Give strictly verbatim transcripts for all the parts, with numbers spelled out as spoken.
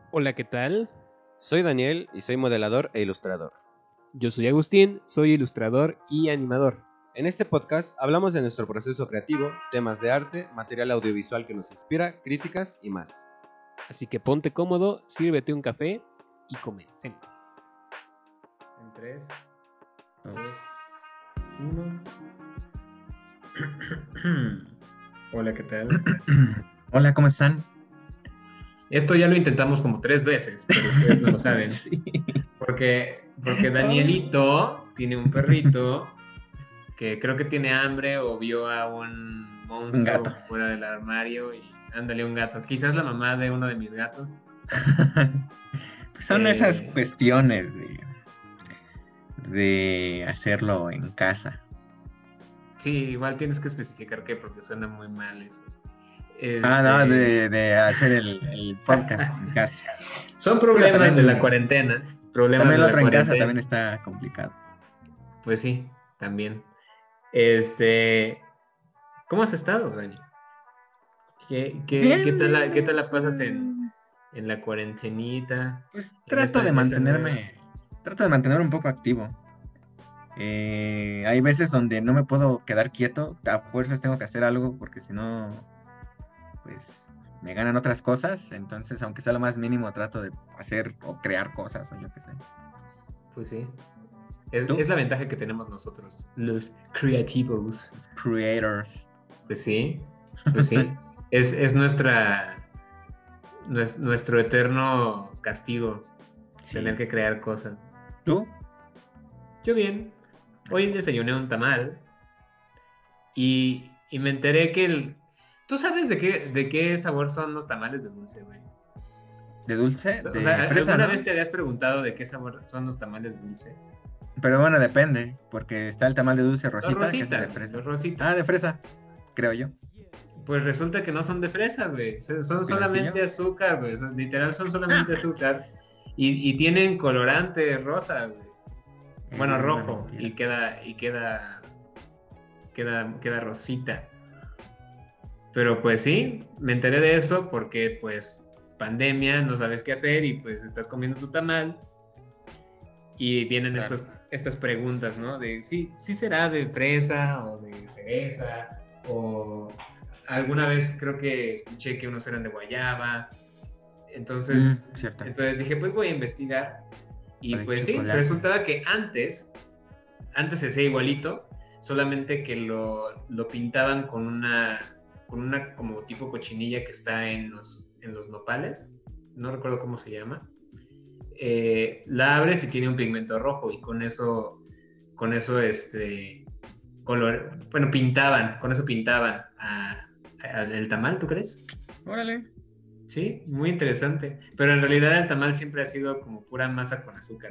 Hola, ¿qué tal? Soy Daniel y soy modelador e ilustrador. Yo soy Agustín, soy ilustrador y animador. En este podcast hablamos de nuestro proceso creativo, temas de arte, material audiovisual que nos inspira, críticas y más. Así que ponte cómodo, sírvete un café y comencemos. En tres, dos, uno. Hola, ¿qué tal? Hola, ¿cómo están? Esto ya lo intentamos como tres veces, pero ustedes no lo saben. Sí. Porque, porque Danielito tiene un perrito que creo que tiene hambre o vio a un monstruo Un gato. fuera del armario y ándale un gato. Quizás la mamá de uno de mis gatos. Pues son Eh, esas cuestiones de, de hacerlo en casa. Sí, igual tienes que especificar qué, porque suena muy mal eso. Ah, no, Este, de, de hacer el, el podcast en casa. Son problemas también- de la cuarentena. Problemas También de el la otro en casa cuarentena. también está complicado. Pues sí, también. Este, ¿cómo has estado, Dani? ¿Qué, qué, Bien, qué tal la, bien, qué tal la bien. pasas en, en la cuarentenita? Pues En trato esta- de en esta nueva- mantenerme, trato de mantenerme un poco activo. Eh, hay veces donde no me puedo quedar quieto, a fuerzas tengo que hacer algo porque si no, pues me ganan otras cosas. Entonces, aunque sea lo más mínimo, trato de hacer o crear cosas o yo qué sé. Pues sí. Es, ¿Tú? es la ventaja que tenemos nosotros, los creativos. Los creators. Pues sí, pues sí. Es, es nuestra, nues- nuestro eterno castigo, Sí. tener que crear cosas. ¿Tú? Yo bien. Hoy desayuné un tamal y, y me enteré que el... ¿Tú sabes de qué, de qué sabor son los tamales de dulce, güey? ¿De dulce? O sea, o De sea, fresa, ¿alguna ¿no? vez te habías preguntado de qué sabor son los tamales de dulce? Pero bueno, depende, porque está el tamal de dulce Los rosita, que es de rositas, güey, fresa. los rositas. Ah, de fresa, creo yo. Pues resulta que no son de fresa, güey. Son son solamente ¿Piloncillo? azúcar, güey. Son- literal son Ah. solamente azúcar. Y, y tienen colorante rosa, güey. Bueno, Eres una rojo. mentira. Y queda, y queda, queda, queda rosita. Pero pues sí, me enteré de eso porque pues pandemia, no sabes qué hacer y pues estás comiendo tu tamal. Y vienen Claro. estos, estas preguntas, ¿no? De si sí, sí será de fresa o de cereza o alguna vez creo que escuché que unos eran de guayaba. Entonces, Mm, cierto. entonces dije, pues voy a investigar. Y O de pues sí, chocolate. resultaba que antes, antes se hacía igualito, solamente que lo, lo pintaban con una, con una como tipo cochinilla que está en los, en los nopales. No recuerdo cómo se llama. Eh, la abres y tiene un pigmento rojo y con eso, con eso, este, color, bueno, pintaban, con eso pintaban a, a, el tamal, ¿tú crees? Órale. Sí, muy interesante. Pero en realidad el tamal siempre ha sido como pura masa con azúcar.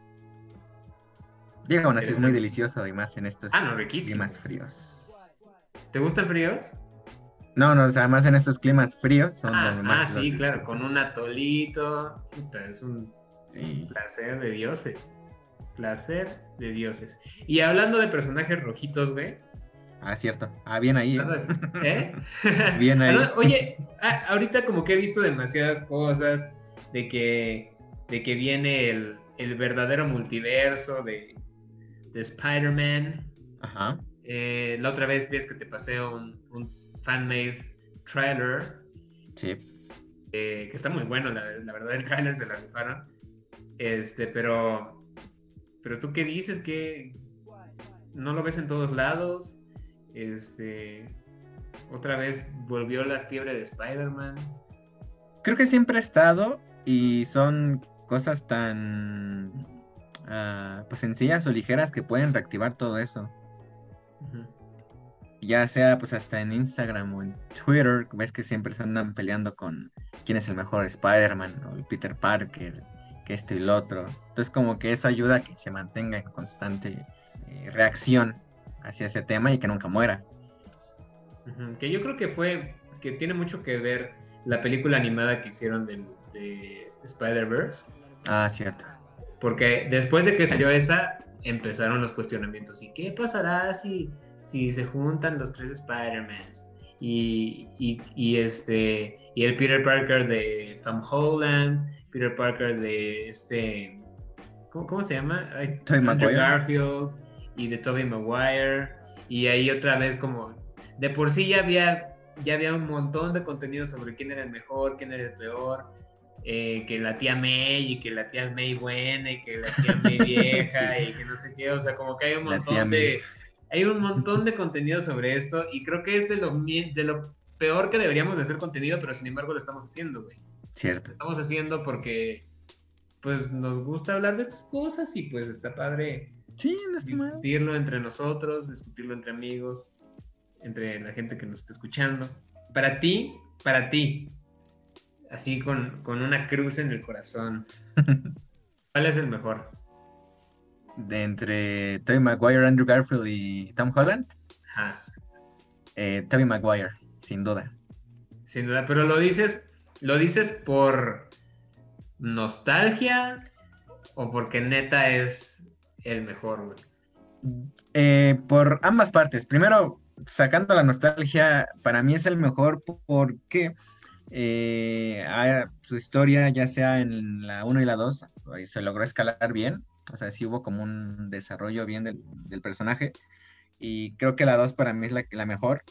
Digo, aún así es muy Interesante. delicioso y más en estos Ah, no, riquísimo. climas fríos. ¿Te gustan fríos? No, no, o sea, más en estos climas fríos son Ah, donde más ah los sí, claro, disfrutas. con un atolito. Puta, es un Sí. placer de dioses. Placer de dioses. Y hablando de personajes rojitos, güey. Ah, cierto. Ah, bien ahí, ¿eh? ¿Eh? Bien ahí. Oye, ah, ahorita como que he visto demasiadas cosas de que, de que viene el, el verdadero multiverso de, de Spider-Man. Ajá. Eh, la otra vez ves que te pasé un, un fan-made trailer. Sí. Eh, que está muy bueno, la, la verdad el trailer se la rifaron. Este, pero, pero tú qué dices, que no lo ves en todos lados. Este, otra vez volvió la fiebre de Spider-Man. Creo que siempre ha estado y son cosas tan uh, pues sencillas o ligeras que pueden reactivar todo eso. Uh-huh. Ya sea pues hasta en Instagram o en Twitter, ves que siempre se andan peleando con quién es el mejor Spider-Man o el Peter Parker, que esto y lo otro. Entonces como que eso ayuda a que se mantenga en constante eh, reacción hacia ese tema y que nunca muera. Uh-huh. Que yo creo que fue, que tiene mucho que ver la película animada que hicieron del, de Spider-Verse. Ah, cierto. Porque después de que salió esa, empezaron los cuestionamientos. ¿Y qué pasará si, si se juntan los tres Spider-Mans? Y, y, y, este, y el Peter Parker de Tom Holland, Peter Parker de este... ¿Cómo, cómo se llama? Ay, Tobey Andrew Maguire. Garfield y de Tobey Maguire. Y ahí otra vez como... De por sí ya había, ya había un montón de contenido sobre quién era el mejor, quién era el peor. Eh, que la tía May y que la tía May buena y que la tía May vieja y que no sé qué. O sea, como que hay un La tía montón May. de... Hay un montón de contenido sobre esto y creo que es de lo, mi- de lo peor que deberíamos de hacer contenido, pero sin embargo lo estamos haciendo, güey. Cierto. Lo estamos haciendo porque pues nos gusta hablar de estas cosas y pues está padre Sí, no está mal. discutirlo entre nosotros, discutirlo entre amigos, entre la gente que nos está escuchando. Para ti, para ti, así con, con una cruz en el corazón, ¿cuál es el mejor? De entre Tobey Maguire, Andrew Garfield y Tom Holland, Ajá, eh, Tobey Maguire, sin duda. sin duda, pero lo dices, lo dices por nostalgia o porque neta es el mejor, güey. Eh, por ambas partes. Primero, sacando la nostalgia, para mí es el mejor porque eh, a- su historia, ya sea en la uno y la dos, eh, se logró escalar bien. O sea, sí hubo como un desarrollo bien del, del personaje. Y creo que la dos para mí es la, la mejor.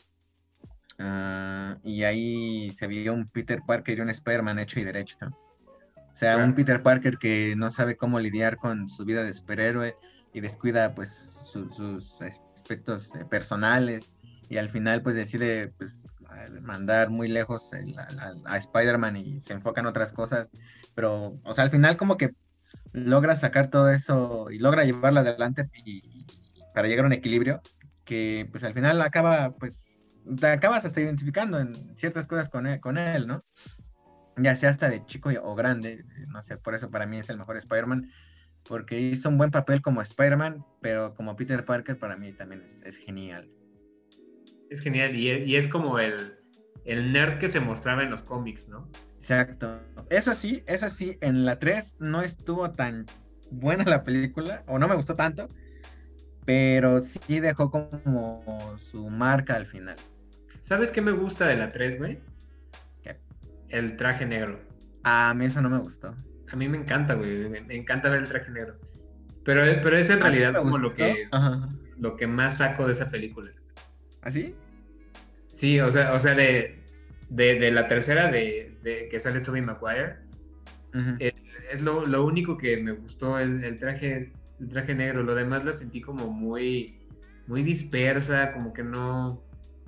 Ah, y ahí se vio un Peter Parker y un Spider-Man hecho y derecho. O sea, Claro. un Peter Parker que no sabe cómo lidiar con su vida de superhéroe y descuida pues su- sus aspectos eh, personales y al final pues decide pues a- mandar muy lejos el- a, a- a Spider-Man y se enfoca en otras cosas, pero o sea, al final como que logra sacar todo eso y logra llevarlo adelante y, y para llegar a un equilibrio que pues al final acaba pues te acabas hasta identificando en ciertas cosas con él, con él, ¿no? Ya sea hasta de chico o grande, no sé, por eso para mí es el mejor Spider-Man, porque hizo un buen papel como Spider-Man, pero como Peter Parker para mí también es, es genial. Es genial y es, y es como el, el nerd que se mostraba en los cómics, ¿no? Exacto. Eso sí, eso sí, en la tres no estuvo tan buena la película, o no me gustó tanto, pero sí dejó como su marca al final. ¿Sabes qué me gusta de la tres, güey? ¿Qué? El traje negro. A mí eso no me gustó. A mí me encanta, güey. Me, me encanta ver el traje negro. Pero, pero es en A mí realidad me como gustó. lo que, Ajá. lo que más saco de esa película. ¿Así? Sí, o sea, o sea de, de, de la tercera de, de que sale Tobey Maguire. Ujú. Eh, es lo, lo único que me gustó, el, el traje, el traje negro. Lo demás la sentí como muy, muy dispersa, como que no,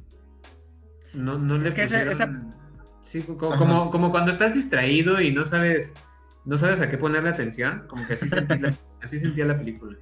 no, no le Es que esa- pusieron. esa- Sí, como, Ajá. como, como cuando estás distraído y no sabes, no sabes a qué ponerle atención, como que así sentí la, así sentía la película.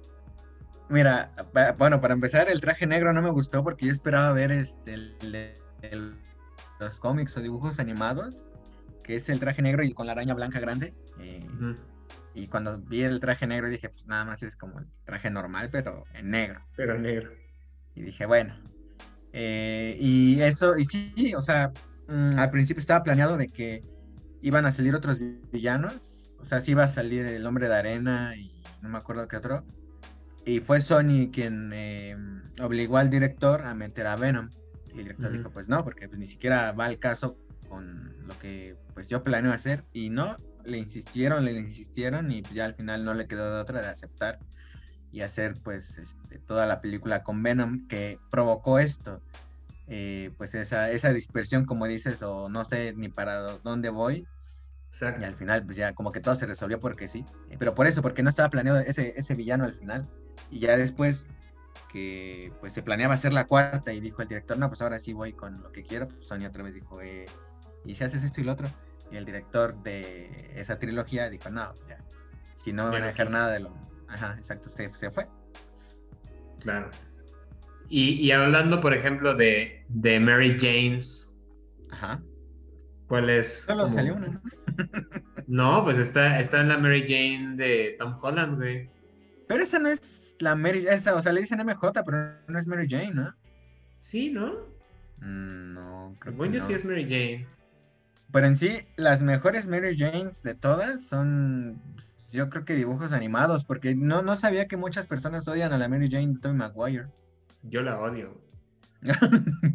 Mira, pa- bueno, para empezar, el traje negro no me gustó porque yo esperaba ver este el, de- el- los cómics o dibujos animados, que es el traje negro y con la araña blanca grande. eh, Ujú. y cuando vi el traje negro dije, pues nada más es como el traje normal, pero en negro. Pero negro. Y dije, bueno. eh, y eso, y sí, o sea, mm, al principio estaba planeado de que iban a salir otros villanos. O sea, sí iba a salir el Hombre de Arena y no me acuerdo qué otro. Y fue Sony quien eh, obligó al director a meter a Venom. Y el director Ujú. dijo, pues no, porque pues, ni siquiera va al caso con lo que pues yo planeo hacer. Y no, le insistieron, le insistieron y ya al final no le quedó de otra de aceptar y hacer pues este, toda la película con Venom que provocó esto. Eh, pues esa, esa dispersión, como dices, o no sé ni para do- dónde voy. Exacto. Y al final pues ya como que todo se resolvió porque sí. Eh, Pero por eso, porque no estaba planeado ese, ese villano al final. Y ya después que pues se planeaba hacer la cuarta y dijo el director, no, pues ahora sí voy con lo que quiero, pues Sony otra vez dijo, eh, ¿y si haces esto y lo otro? Y el director de esa trilogía dijo, no, ya, si no me Ya van a no dejar quiso. nada de lo... Ajá, exacto, se, se fue. Claro. Y, y hablando, por ejemplo, de, de Mary Janes, Ajá. ¿cuál es? Solo como- salió una, ¿no? No, pues está, está en la Mary Jane de Tom Holland, güey. Pero esa no es la Mary, esa, o sea, le dicen M J, pero no es Mary Jane, ¿no? Sí, ¿no? Mm, no, creo Según que yo no. sí es Mary Jane. Pero en sí, las mejores Mary Janes de todas son, yo creo que dibujos animados, porque no, no sabía que muchas personas odian a la Mary Jane de Tobey Maguire. Yo la odio.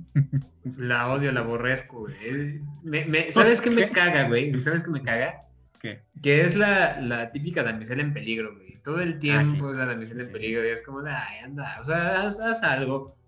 La odio, la aborrezco, güey. Me- me- ¿Sabes qué me ¿Qué? caga, güey? ¿Sabes qué me caga? ¿Qué? Que es la, la típica damisela en peligro, güey. Todo el tiempo sí. es la damisela Sí, en sí, peligro y es como, de, ay, anda, o sea, haz, haz algo.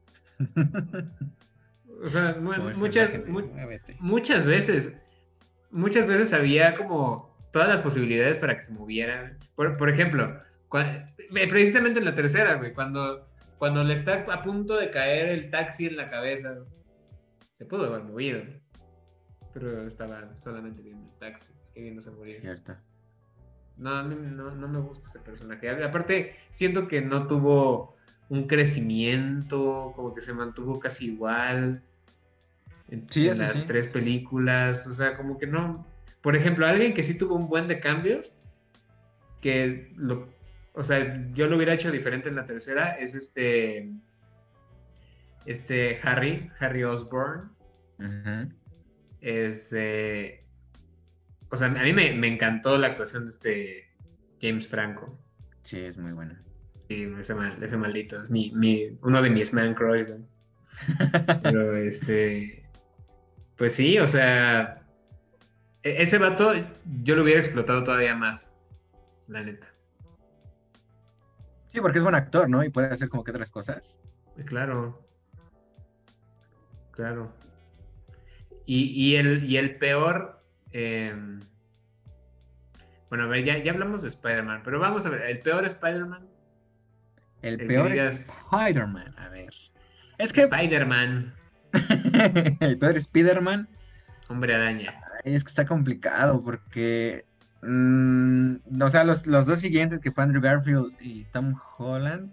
O sea, mu- Como esas muchas, imágenes, mu- muévete. muchas veces, muchas veces había como todas las posibilidades para que se movieran. Por, por ejemplo, cua- eh, precisamente en la tercera, güey, cuando, cuando le está a punto de caer el taxi en la cabeza, se pudo haber movido, pero estaba solamente viendo el taxi, queriéndose morir. Cierto. No, a mí no, no me gusta ese personaje. Aparte, siento que no tuvo un crecimiento, como que se mantuvo casi igual en, Sí, en eso las sí. tres películas. O sea, como que no. Por ejemplo, alguien que sí tuvo un buen de cambios, que lo. O sea, yo lo hubiera hecho diferente en la tercera, es este. Este Harry, Harry Osborn. Ujú. Es. eh, o sea, a mí me, me encantó la actuación de este James Franco. Sí, es muy bueno. Sí, ese, mal, ese maldito. Es mi, mi, uno de mis man crush, güey. Pero este. Pues sí, o sea. e- Ese vato yo lo hubiera explotado todavía más. La neta. Sí, porque es buen actor, ¿no? Y puede hacer como que otras cosas. Claro. Claro. Y, y, el, y el peor. eh, bueno, a ver, ya, ya hablamos de Spider-Man. Pero vamos a ver. El peor Spider-Man. El El que peor digas. Spider-Man. A ver. Es que Spider-Man. el peor Spider-Man Hombre araña. es que está complicado porque. mm, o sea, los, los dos siguientes que fue Andrew Garfield y Tom Holland.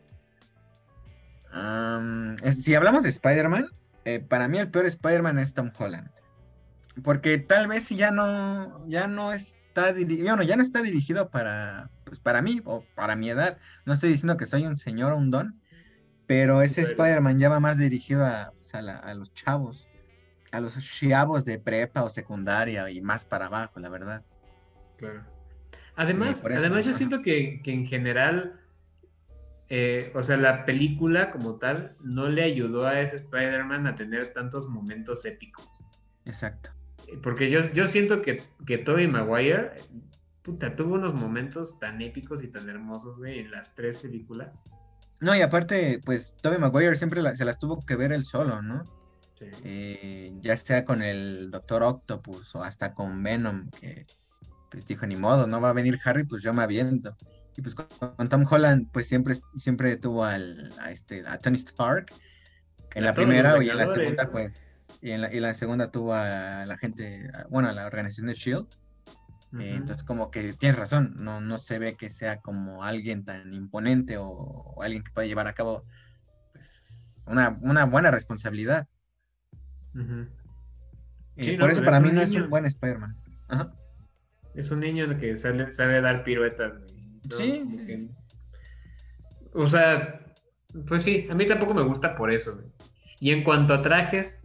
am, es- si hablamos de Spider-Man, eh, para mí el peor Spider-Man es Tom Holland. Porque tal vez si ya no, ya no está dirigido, bueno, ya no está dirigido para, pues para mí o para mi edad. No estoy diciendo que soy un señor o un don, pero Sí ese lo eres. Spider-Man ya va más dirigido a, pues, a, la- a los chavos, a los chavos de prepa o secundaria y más para abajo, la verdad. Claro. Y Además, por eso, además yo ajá, siento que, que en general. Eh, o sea, la película como tal no le ayudó a ese Spider-Man a tener tantos momentos épicos. exacto. Porque yo, yo siento que, que Tobey Maguire, puta, tuvo unos momentos tan épicos y tan hermosos, güey, en las tres películas. No, y aparte, pues Tobey Maguire siempre la- se las tuvo que ver él solo, ¿no? Sí. Eh, ya sea con el Doctor Octopus o hasta con Venom, que pues dijo, ni modo, no va a venir Harry, pues yo me aviento. Y pues con, con Tom Holland, pues siempre, siempre tuvo al, a, este, a Tony Stark en A la todos los primera y en la Vengadores. segunda, pues, y en la, y en la segunda tuvo a la gente, a- bueno, a la organización de Shield. Ujú. Eh, entonces como que tienes razón, no, no se ve que sea como alguien tan imponente o, o alguien que pueda llevar a cabo pues, una, una buena responsabilidad. Ujú. Eh, Sí, por no, eso pues para es mí un no es un niño. buen Spider-Man. Ajá. Es un niño que sale, sabe dar piruetas, güey. ¿No? Sí, Como sí, que- sí. O sea, pues sí, a mí tampoco me gusta por eso, güey. Y en cuanto a trajes,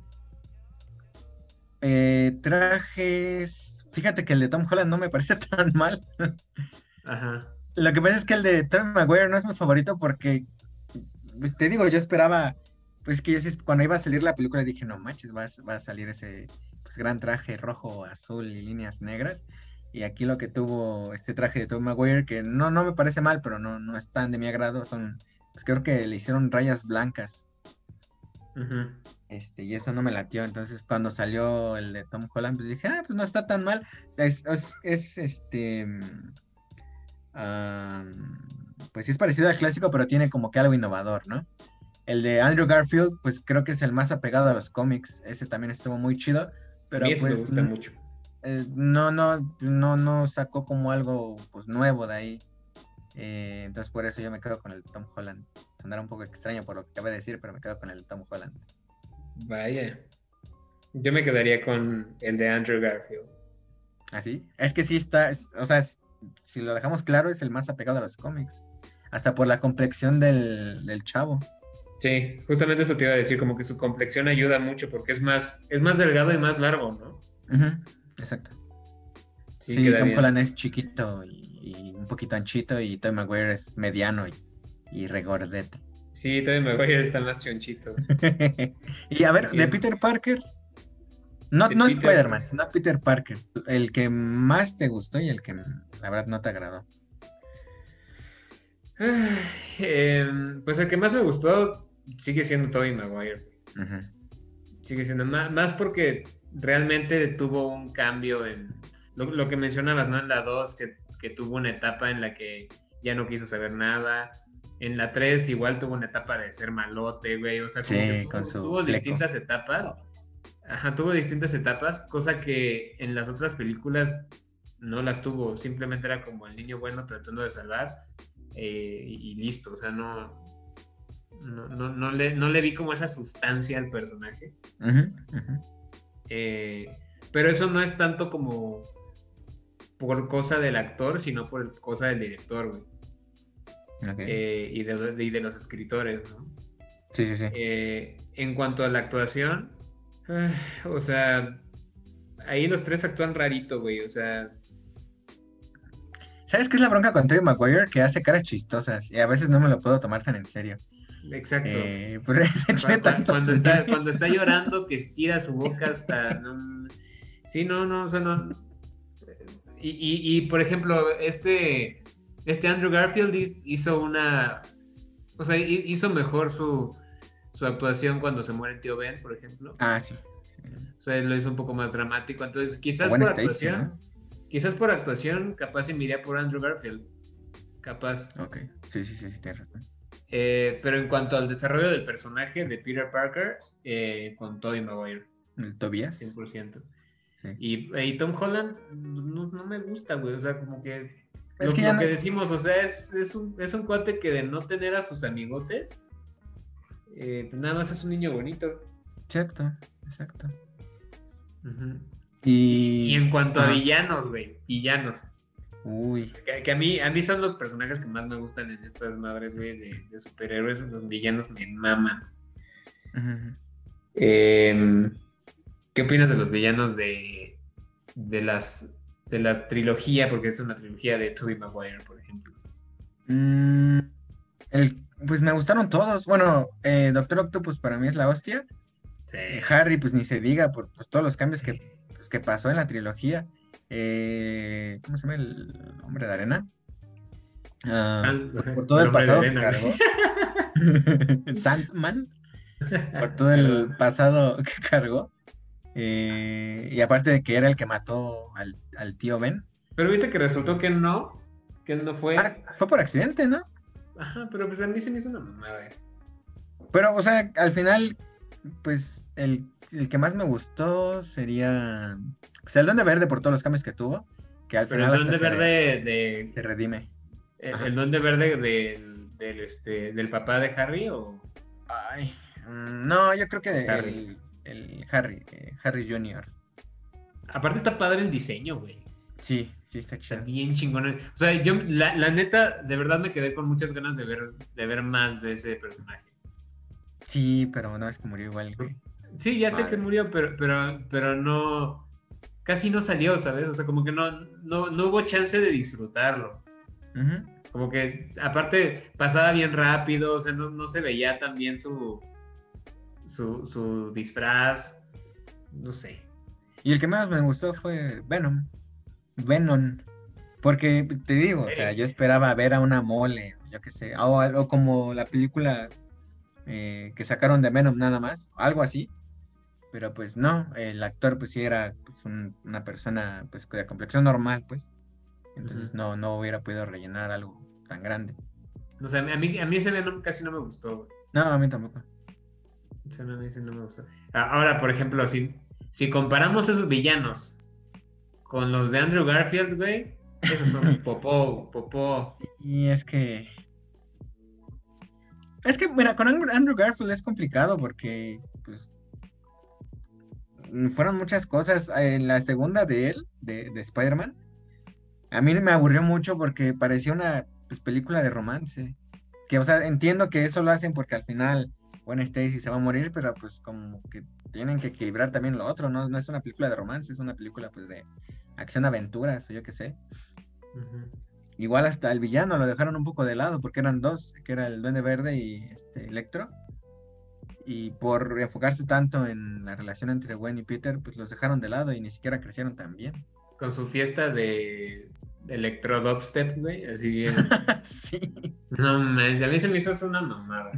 Eh, trajes. Fíjate que el de Tom Holland no me parece tan mal. ajá. Lo que pasa es que el de Tom Maguire no es mi favorito porque, pues, te digo, yo esperaba, pues que yo sí, cuando iba a salir la película dije, no manches, va, a- va a salir ese pues, gran traje rojo, azul y líneas negras. Y aquí lo que tuvo este traje de Tom Maguire, que no, no me parece mal, pero no, no es tan de mi agrado, son, pues creo que le hicieron rayas blancas. Ujú. Este, y eso no me latió. Entonces, cuando salió el de Tom Holland, pues dije, ah, pues no está tan mal. O sea, es, es, es, este. mm, ah, pues sí es parecido al clásico, pero tiene como que algo innovador, ¿no? El de Andrew Garfield, pues creo que es el más apegado a los cómics. Ese también estuvo muy chido. A Pero mí eso me pues gusta n- mucho. eh, no, no, no, no sacó como algo pues nuevo de ahí. Eh, entonces por eso yo me quedo con el Tom Holland. Sonará un poco extraño por lo que acabé de decir, pero me quedo con el Tom Holland. Vaya. Yo me quedaría con el de Andrew Garfield. ¿Así? Es que sí está, es- o sea, es- si lo dejamos claro, es el más apegado a los cómics. Hasta por la complexión del, del chavo. Sí, justamente eso te iba a decir, como que su complexión ayuda mucho porque es más, es más delgado y más largo, ¿no? Ujú, exacto. Sí, Sí, queda Tom bien. Holland es chiquito y, y un poquito anchito y Tom Maguire es mediano y, y regordete. Sí, Tobey Maguire está más chonchito. Y a ver, de Entiendo. Peter Parker, No, de no Peter- Spider-Man, sino Peter Parker. El que más te gustó y el que la verdad no te agradó. Ay, em, pues el que más me gustó sigue siendo Tobey Maguire. Ujú. Sigue siendo más, más porque realmente tuvo un cambio en lo, lo que mencionabas, ¿no? En la dos, que, que tuvo una etapa en la que ya no quiso saber nada. En la tres igual tuvo una etapa de ser malote, güey. O sea, como Sí, que tuvo, con su tuvo fleco. distintas etapas. Ajá, tuvo distintas etapas, cosa que en las otras películas no las tuvo. Simplemente era como el niño bueno tratando de salvar eh, y, y listo. O sea, no, no, no, no, le, no le vi como esa sustancia al personaje. Ujú, ujú. Eh, pero eso no es tanto como por cosa del actor, sino por cosa del director, güey. Ok. Eh, y, de, de- y de los escritores, ¿no? Sí, sí, sí. Eh, en cuanto a la actuación, ah, o sea, ahí los tres actúan rarito, güey. O sea, ¿Sabes qué es la bronca con Tobey Maguire? Que hace caras chistosas y a veces no me lo puedo tomar tan en serio. exacto. Eh, pero se Cu- eché cu- tantos cuando, está, memes. cuando está llorando, que estira su boca hasta... no- sí, no, no, o sea, no... Y, y, y, por ejemplo, este, este Andrew Garfield hi- hizo una... O sea, hi- hizo mejor su, su actuación cuando se muere el tío Ben, por ejemplo. Ah, sí. O sea, lo hizo un poco más dramático. Entonces, O quizás Gwen por Stacy, actuación, ¿no? quizás por actuación, capaz se me iría por Andrew Garfield. Capaz. Ok. Sí, sí, sí, sí, tienes razón. Eh, pero en cuanto al desarrollo del personaje de Peter Parker, eh, con Tobey Maguire, El Tobias. cien por ciento. Sí. Y, y Tom Holland no, no me gusta, güey. O sea, como que Es lo que que, ya lo que no- decimos, o sea, es, es, un, es un cuate que de no tener a sus amigotes, eh, pues nada más es un niño bonito. Exacto, exacto. Ujú. Y... Y en cuanto a Ajá. villanos, güey, villanos. Uy. Que, que a, mí, a mí son los personajes que más me gustan en estas madres, güey, de, de superhéroes. Los villanos me maman. Ujú. Eh, ¿Qué opinas de los villanos de, de las de la trilogía? Porque es una trilogía de Tobey Maguire, por ejemplo. Mm, el, pues me gustaron todos. Bueno, eh, Doctor Octopus para mí es la hostia. Sí. Eh, Harry, pues ni se diga por pues, todos los cambios que, pues, que pasó en la trilogía. Eh, ¿cómo se llama el hombre de arena? Ah, Al- por, por todo el, hombre de pasado que arena, cargó. güey. Sandman, por todo el Perdón. pasado que cargó. Eh, y aparte de que era el que mató al, al tío Ben. Pero viste que resultó que no, que él no fue. Ah, fue por accidente, ¿no? Ajá, pero pues a mí se me hizo una mamada eso. Pero, o sea, al final, pues, el, el que más me gustó sería, pues, el Duende Verde por todos los cambios que tuvo, que al Pero final el hasta duende se, verde de, se redime. el, Ajá. el duende verde del, del este del papá de Harry o Ay, mm, no, yo creo que Harry. el, el Harry, eh, Harry junior aparte está padre el diseño, güey. Sí, sí, está Está chido. bien chingón. O sea, yo la, la neta, de verdad me quedé con muchas ganas de ver, de ver más de ese personaje. Sí, pero no, es que murió igual, güey. Sí, ya sé Madre. que murió, pero, pero, pero no, casi no salió, ¿sabes? O sea, como que no, no, no hubo chance de disfrutarlo. Ujú. Como que, aparte, pasaba bien rápido, o sea, no, no se veía tan bien su, su, su disfraz, no sé. Y el que más me gustó fue Venom. Venom. Porque te digo, o Sí. sea, yo esperaba ver a una mole, yo qué sé, o algo como la película eh, que sacaron de Venom nada más, algo así. Pero pues no, el actor pues sí era pues, un- una persona pues de complexión normal, pues. Entonces Ujú. no, no hubiera podido rellenar algo tan grande. O sea, a mí, a mí ese Venom casi no me gustó, güey. No, a mí tampoco. O sea, no, a mí ese no me gustó. A- Ahora, por ejemplo, si, si comparamos esos villanos con los de Andrew Garfield, güey, esos son popó, popó. Y es que... Es que, mira, con Andrew Andrew Garfield es complicado porque, pues, mm, fueron muchas cosas. En la segunda de él, de, de Spider-Man, a mí me aburrió mucho porque parecía una pues, película de romance. Que, o sea, entiendo que eso lo hacen porque al final Gwen Stacy se va a morir, pero pues como que tienen que equilibrar también lo otro, ¿no? No es una película de romance, es una película pues de acción-aventuras o yo qué sé. Ujú. Igual hasta el villano lo dejaron un poco de lado porque eran dos, que era el Duende Verde y este Electro. Y por enfocarse tanto en la relación entre Gwen y Peter, pues los dejaron de lado y ni siquiera crecieron tan bien. Con su fiesta de, de electro dubstep, güey, así bien. Sí. No, man, a mí se me hizo eso una mamada.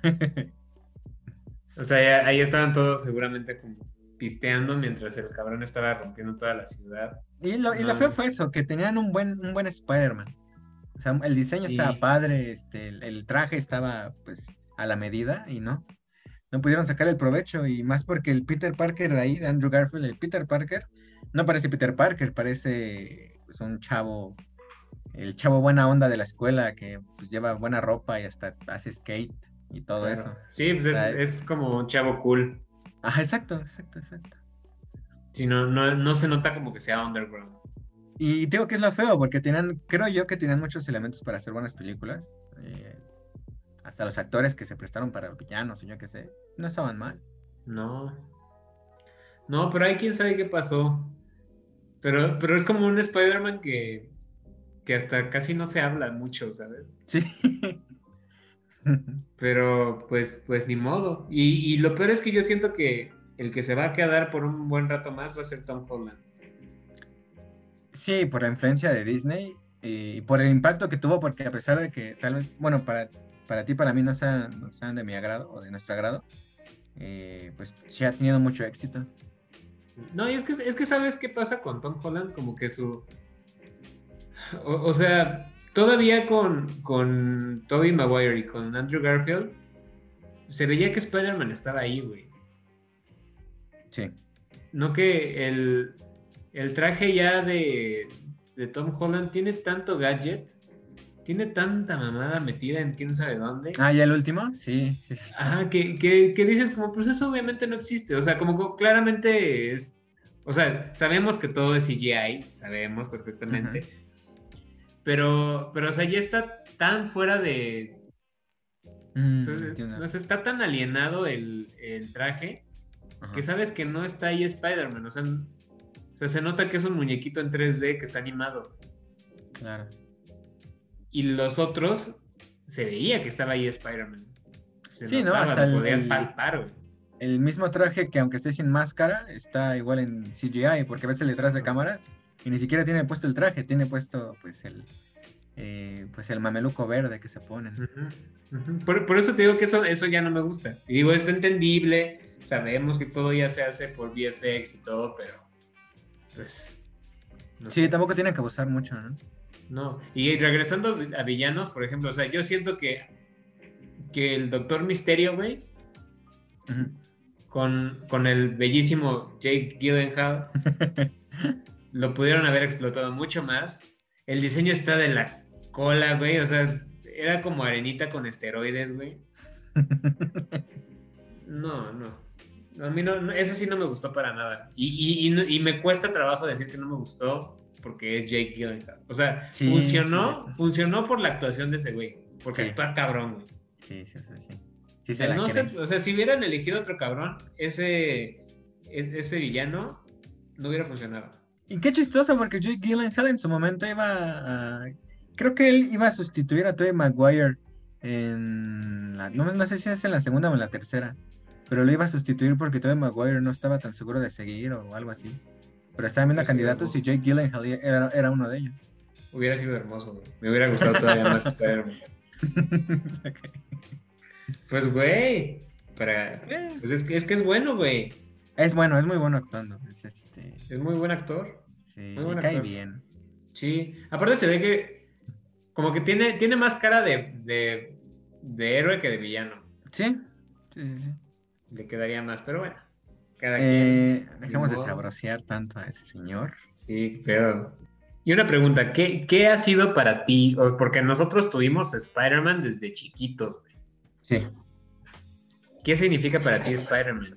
O sea, ya- ahí estaban todos seguramente como pisteando mientras el cabrón estaba rompiendo toda la ciudad. Y lo, y lo No. feo fue eso, que tenían un buen, un buen Spider-Man. O sea, el diseño Sí. estaba padre, este, el, el traje estaba pues a la medida y no. No pudieron sacar el provecho y más porque el Peter Parker de ahí, de Andrew Garfield, el Peter Parker, no parece Peter Parker, parece pues un chavo, el chavo buena onda de la escuela que pues, lleva buena ropa y hasta hace skate y todo Claro. eso. Sí, pues es, O sea, es como un chavo cool. Ajá, exacto, exacto, exacto. Sí, no, no, no se nota como que sea underground. Y digo que es lo feo, porque tenían, creo yo que tenían muchos elementos para hacer buenas películas. eh, hasta los actores que se prestaron para villanos, o yo qué sé, no estaban mal. No. No, pero hay quién sabe qué pasó. Pero, pero es como un Spider-Man que, que hasta casi no se habla mucho, ¿sabes? Sí. Pero pues, pues ni modo. Y, y lo peor es que yo siento que el que se va a quedar por un buen rato más va a ser Tom Holland. Sí, por la influencia de Disney y por el impacto que tuvo, porque a pesar de que tal vez, bueno, para, para ti, para mí no sean, no sean de mi agrado o de nuestro agrado, eh, pues sí ha tenido mucho éxito. No, y es que, es que ¿sabes qué pasa con Tom Holland? Como que su... O, o sea, todavía con, con Tobey Maguire y con Andrew Garfield, se veía que Spider-Man estaba ahí, güey. Sí. No que el, el traje ya de, de Tom Holland tiene tanto gadget, tiene tanta mamada metida en quién sabe dónde. Ah, ¿ya el último? Sí, sí. sí. Ajá, que, que, que dices como, pues eso obviamente no existe. O sea, como que claramente es... O sea, sabemos que todo es C G I, sabemos perfectamente. Ujú. Pero, pero, o sea, ya está tan fuera de... Mm, O sea, entiendo. no sé, está tan alienado el, el traje Ajá. que sabes que no está ahí Spider-Man. O sea, n- o sea, se nota que es un muñequito en tres D que está animado. Claro. Y los otros, se veía que estaba ahí Spider-Man. Se Sí, ¿no? notaba, Hasta lo el- podías el- palpar, güey. El mismo traje que aunque esté sin máscara, está igual en C G I, porque ves el detrás de cámaras y ni siquiera tiene puesto el traje, tiene puesto pues el eh, pues el mameluco verde que se ponen. Ujú, ujú. Por, por eso te digo que eso, eso ya no me gusta. Y digo, es entendible, sabemos que todo ya se hace por V F X y todo, pero pues... No Sí, sé. tampoco tienen que abusar mucho, ¿no? No. Y regresando a villanos, por ejemplo, o sea, yo siento que, que el Doctor Misterio, güey, Ujú. con, con el bellísimo Jake Gyllenhaal, lo pudieron haber explotado mucho más. El diseño está de la cola, güey, o sea, era como arenita con esteroides, güey. No, no. A mí no, no, eso sí no me gustó para nada. Y, y, y, no- y me cuesta trabajo decir que no me gustó porque es Jake Gyllenhaal. O sea, Sí, funcionó, sí, sí. funcionó por la actuación de ese güey. Porque Sí. actúa cabrón, güey. Sí, sí, sí, sí. Sí se El la no sé, crees. o sea, si hubieran elegido otro cabrón, ese, es- ese villano no hubiera funcionado. Y qué chistoso, porque Jake Gyllenhaal en su momento iba a... Creo que él iba a sustituir a Tobey Maguire en la... No, no sé si es en la segunda o en la tercera, pero lo iba a sustituir porque Tobey Maguire no estaba tan seguro de seguir o algo así. Pero estaban viendo Hubiera sido candidatos y hermoso. Jake Gyllenhaal era, era uno de ellos. Hubiera sido hermoso, güey. Me hubiera gustado todavía más Spider-Man. Pues, güey, para... Pues es que, es que es bueno, güey. Es bueno, es muy bueno actuando. Es, este, Es muy buen actor. sí, Muy buen y cae actor. bien. Sí, aparte se ve que como que tiene, tiene más cara de, de, de héroe que de villano. Sí, sí, sí, sí. Le quedaría más, pero bueno. Cada Eh, quien. dejemos Ni de modo. sabrosear tanto a ese señor. Sí, pero... Y una pregunta, ¿qué, qué ha sido para ti? O- Porque nosotros tuvimos Spider-Man desde chiquitos, güey. Sí. ¿Qué significa para ti Spider-Man?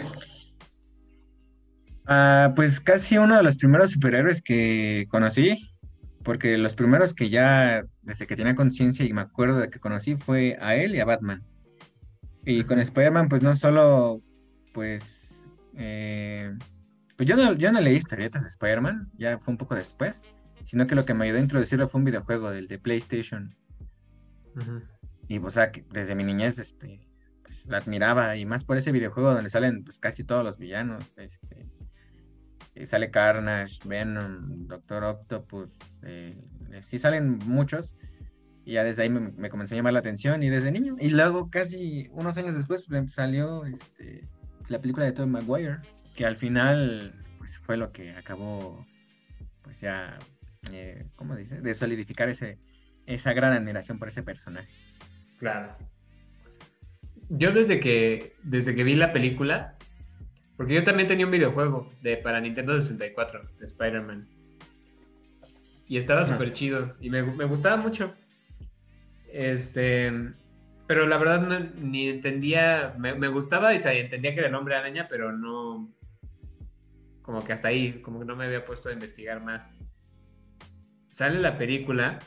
Ah, pues casi uno de los primeros superhéroes que conocí, porque los primeros que ya, desde que tenía conciencia y me acuerdo de que conocí, fue a él y a Batman. Y con Ujú. Spider-Man, pues no solo, pues, eh, pues yo no, yo no leí historietas de Spider-Man, ya fue un poco después, sino que lo que me ayudó a introducirlo fue un videojuego del de PlayStation. Ujú. Y, o sea, que desde mi niñez, este, pues, la admiraba, y más por ese videojuego donde salen pues casi todos los villanos, este, eh, sale Carnage, Venom, Doctor Octopus, eh, eh, sí salen muchos, y ya desde ahí me, me comenzó a llamar la atención, y desde niño, y luego casi unos años después pues, salió este, la película de Tobey Maguire, que al final pues fue lo que acabó pues ya, eh, ¿cómo dice? De solidificar ese, esa gran admiración por ese personaje. Claro. Yo desde que, desde que vi la película, porque yo también tenía un videojuego de, para Nintendo sesenta y cuatro, de Spider-Man. Y estaba Ajá. súper chido, y me, me gustaba mucho. Este, pero la verdad no, ni entendía, me, me gustaba y se entendía que era el Hombre Araña, pero no, como que hasta ahí, como que no me había puesto a investigar más. Sale la película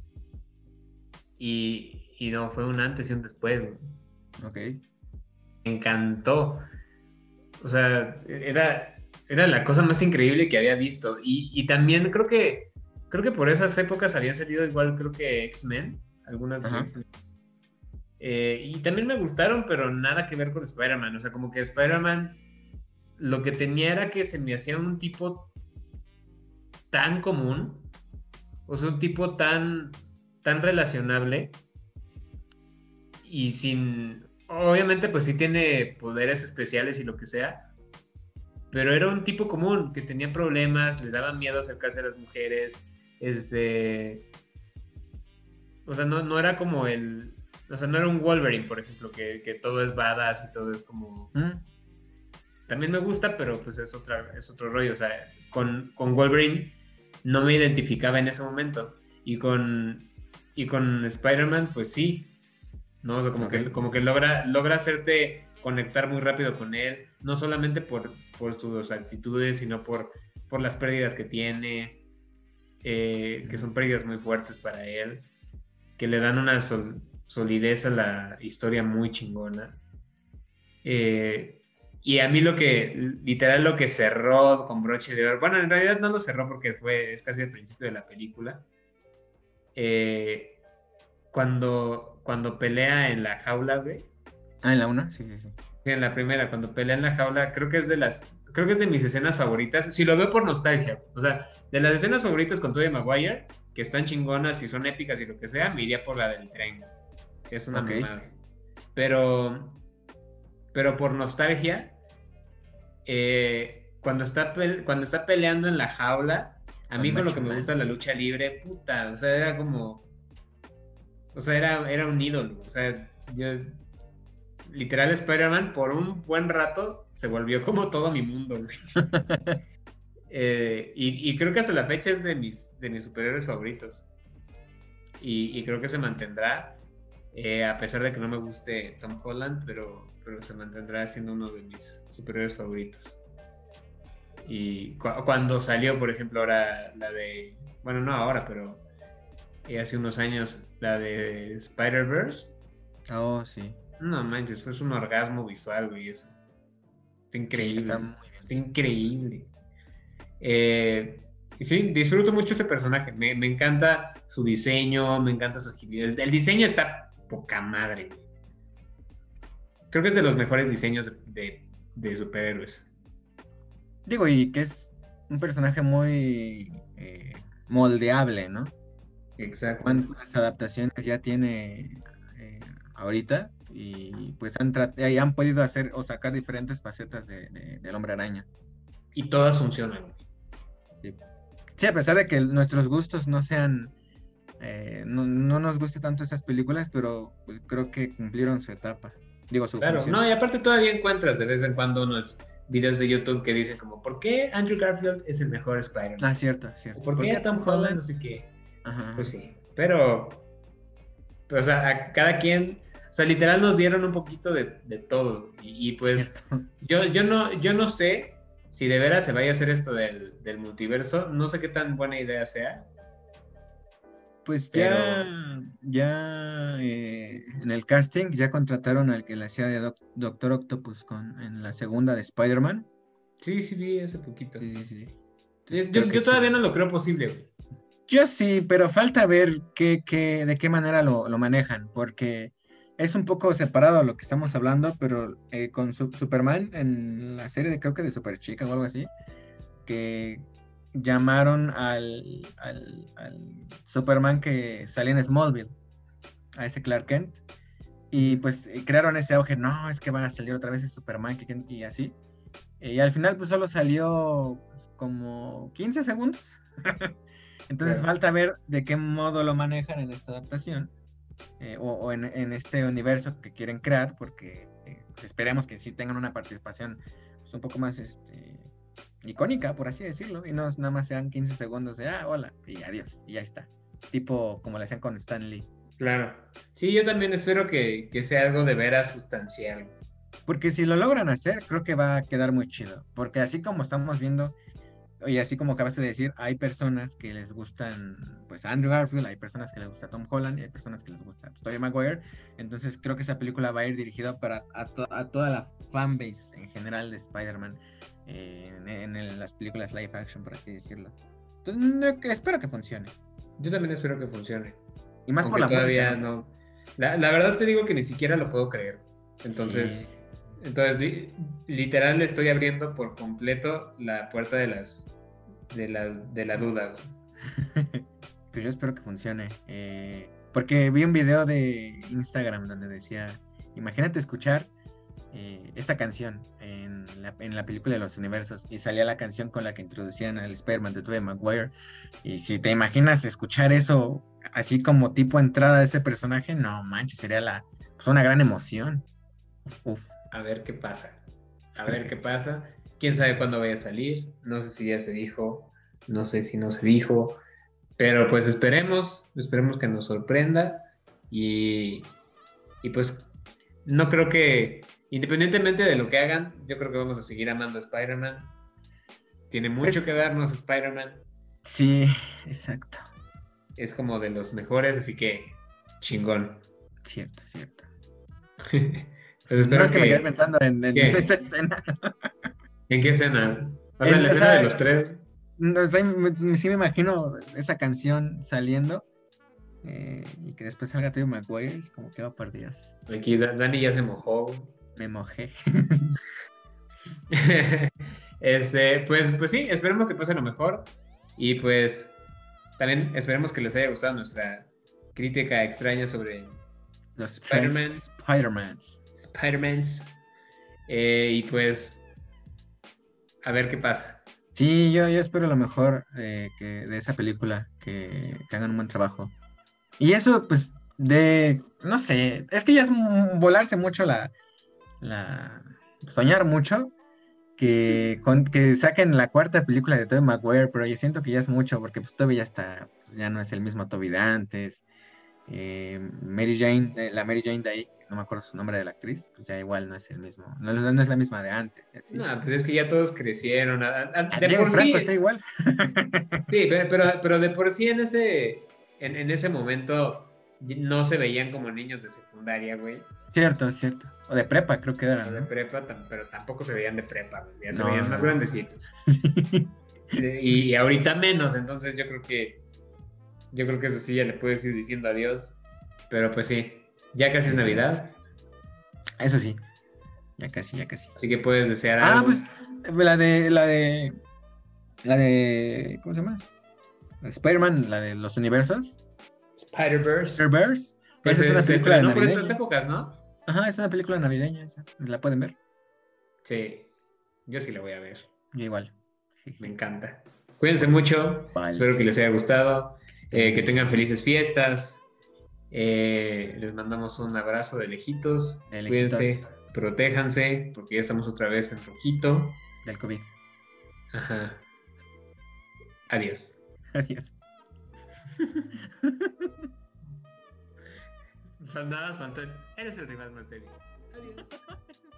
y, y no, fue un antes y un después, güey. Ok. Me encantó. O sea, era, era la cosa más increíble que había visto. Y, y también creo que, creo que por esas épocas había salido igual, creo que X-Men, algunas de Ajá. X-Men. Eh, y también me gustaron, pero nada que ver con Spider-Man. O sea, como que Spider-Man lo que tenía era que se me hacía un tipo tan común, o sea, un tipo tan, tan relacionable y sin... Obviamente, pues sí tiene poderes especiales y lo que sea, pero era un tipo común que tenía problemas, le daba miedo acercarse a las mujeres, este... O sea, no, no era como el... O sea, no era un Wolverine, por ejemplo, que, que todo es badass y todo es como... ¿Mm? También me gusta, pero pues es, otra, es otro rollo. O sea, con, con Wolverine no me identificaba en ese momento. Y con, y con Spider-Man, pues sí. ¿No? O sea, como, Okay. que, como que logra, logra hacerte conectar muy rápido con él. No solamente por, por sus actitudes, sino por, por las pérdidas que tiene. Eh, que son pérdidas muy fuertes para él. Que le dan una sol, solidez a la historia muy chingona. Eh... Y a mí lo que, literal lo que cerró con broche de oro, bueno, en realidad no lo cerró porque fue, es casi el principio de la película, eh, cuando, cuando pelea en la jaula, güey, Ah, en la una, sí, sí, sí. sí, en la primera, cuando pelea en la jaula, creo que es de las, creo que es de mis escenas favoritas, si lo veo por nostalgia, o sea, de las escenas favoritas con Tobey Maguire, que están chingonas y son épicas y lo que sea, me iría por la del tren, que es una Okay. mamada, pero... pero por nostalgia, eh, cuando, está pe- cuando está peleando en la jaula, a Con mí con lo Macho que me Man. gusta la lucha libre, puta, o sea, era como, o sea, era, era un ídolo, o sea, yo, literal Spider-Man por un buen rato se volvió como todo mi mundo, güey. Eh, y, y creo que hasta la fecha es de mis, de mis superhéroes favoritos, y, y creo que se mantendrá. Eh, a pesar de que no me guste Tom Holland, pero, pero se mantendrá siendo uno de mis superhéroes favoritos. Y cu- cuando salió, por ejemplo, ahora la de... Bueno, no ahora, pero eh, hace unos años, la de Spider-Verse. Oh, sí. No manches, fue un orgasmo visual, güey, eso. Está increíble. Sí, está muy bien. Está increíble. Eh, y sí, disfruto mucho ese personaje. Me, me encanta su diseño, me encanta su agilidad. El diseño está poca madre, güey. Creo que es de los mejores diseños de, de, de superhéroes. Digo, y que es un personaje muy eh, moldeable, ¿no? Exacto. ¿Cuántas adaptaciones ya tiene eh, ahorita? Y pues han, trat- y han podido hacer o sacar diferentes facetas de, de- del Hombre Araña. Y todas funcionan. Sí. Sí, a pesar de que nuestros gustos no sean, eh, no, no nos guste tanto esas películas, pero pues, creo que cumplieron su etapa. Digo, su Claro, función. no, y aparte todavía encuentras de vez en cuando unos videos de YouTube que dicen como, ¿por qué Andrew Garfield es el mejor Spider-Man? Ah, cierto, cierto. ¿O ¿Por qué Tom Holland? No sé qué. Ajá. Pues sí, pero, pero, o sea, a cada quien, o sea, literal nos dieron un poquito de, de todo. Y, y pues, Cierto. yo, yo, no, yo no sé si de veras se vaya a hacer esto del, del multiverso, no sé qué tan buena idea sea. Pues Pero- ya, ya eh, en el casting ya contrataron al que le hacía de Doc- Doctor Octopus con, en la segunda de Spider-Man. Sí, sí, vi hace poquito. Sí, sí, sí. Yo, Entonces, yo- creo que yo todavía sí. no lo creo posible, güey. Yo sí, pero falta ver qué, qué, de qué manera lo, lo manejan, porque es un poco separado lo que estamos hablando, pero eh, con su- Superman en la serie de creo que de Super Chica o algo así, que llamaron al, al, al Superman que salía en Smallville, a ese Clark Kent, y pues eh, crearon ese auge, no, es que van a salir otra vez ese Superman que- y así. Y al final pues solo salió pues, como quince segundos. Entonces Claro. falta ver de qué modo lo manejan en esta adaptación, eh, o, o en, en este universo que quieren crear, porque eh, pues, esperemos que sí tengan una participación pues, un poco más este, icónica, por así decirlo, y no nada más sean quince segundos de, ah, hola, y adiós, y ya está. Tipo como le hacían con Stan Lee. Claro. Sí, yo también espero que, que sea algo de veras sustancial. Porque si lo logran hacer, creo que va a quedar muy chido. Porque así como estamos viendo, y así como acabaste de decir, hay personas que les gustan, pues, Andrew Garfield, hay personas que les gusta Tom Holland, y hay personas que les gusta pues, Tobey Maguire. Entonces creo que esa película va a ir dirigida para a, to- a toda la fanbase en general de Spider-Man, eh, en, en el- las películas live action, por así decirlo. Entonces no, que- espero que funcione. Yo también espero que funcione. Y más por Aunque la todavía música, ¿no? no. La, la verdad te digo que ni siquiera lo puedo creer. Entonces, Sí. entonces li- literal le estoy abriendo por completo la puerta de las de la, de la duda, güey. Pues yo espero que funcione. eh, porque vi un video de Instagram donde decía, imagínate escuchar eh, esta canción en la, en la película de los universos y salía la canción con la que introducían al Spider-Man de Tobey Maguire. Y si te imaginas escuchar eso así como tipo entrada de ese personaje, no manches, sería la, pues una gran emoción. Uf, A ver qué pasa. A espero ver que- qué pasa. Quién sabe cuándo vaya a salir. No sé si ya se dijo. No sé si no se dijo. Pero pues esperemos. Esperemos que nos sorprenda. Y, y pues no creo que, independientemente de lo que hagan, yo creo que vamos a seguir amando a Spider-Man. Tiene mucho Es- que darnos Spider-Man. Sí, exacto. Es como de los mejores, así que chingón. Cierto, cierto. Pues No espero es que me quedé que... pensando en, en ¿Qué? esa escena. ¿En qué escena? O sea, en En- la o escena de sea, los tres. no sé, me- me- sí me imagino esa canción saliendo, eh, y que después salga Tobey Maguire, es como que va por Dios, Aquí Da- Dani ya se mojó. me mojé. Este, pues, pues sí, esperemos que pase lo mejor. Y pues también esperemos que les haya gustado nuestra crítica extraña sobre Los Spider-Man. tres Spider-Mans. Spider-Mans. Eh, y pues, a ver qué pasa. Sí, yo, yo espero lo mejor, eh, que de esa película, que, que hagan un buen trabajo. Y eso, pues, de, no sé, es que ya es m- volarse mucho la, la, soñar mucho, que, con, que saquen la cuarta película de Tobey Maguire, pero yo siento que ya es mucho, porque pues Tobey ya está, ya no es el mismo Tobey de antes. Eh, Mary Jane, eh, la Mary Jane de ahí, no me acuerdo su nombre de la actriz, pues ya igual no es el mismo, no, no- no es la misma de antes, y así. No, pues es que ya todos crecieron. A- a- Ah, De James por Franco sí, está igual. sí, pe- pero, pero de por sí en ese, en, en ese momento no se veían como niños de secundaria, güey. Cierto, cierto. O de prepa, creo que O eran, de ¿no? prepa, tam- pero tampoco se veían de prepa, güey. Ya se No, veían más no. grandecitos. Eh, Y, y ahorita menos, entonces yo creo que yo creo que eso sí ya le puedes ir diciendo adiós. Pero pues sí, ya casi es Navidad, Eso sí, ya casi, ya casi. así que puedes desear Ah, algo. pues la de, la de, la de, ¿cómo se llama? La Spider-Man, la de los universos, Spider-Verse. Spider-Verse. Pues Esa es se, una se película estrenó por navideña. estas épocas, ¿no? Ajá, es una película navideña esa. ¿La pueden ver? Sí, yo sí la voy a ver. Yo igual. Me encanta. Cuídense mucho. Vale. Espero que les haya gustado. eh, que tengan felices fiestas. eh, les mandamos un abrazo de lejitos. De lejitos. Cuídense, protéjanse, porque ya estamos otra vez en rojito. Del COVID. Ajá. Adiós. Adiós. Nada, Fantón. Eres el rival más débil. Adiós.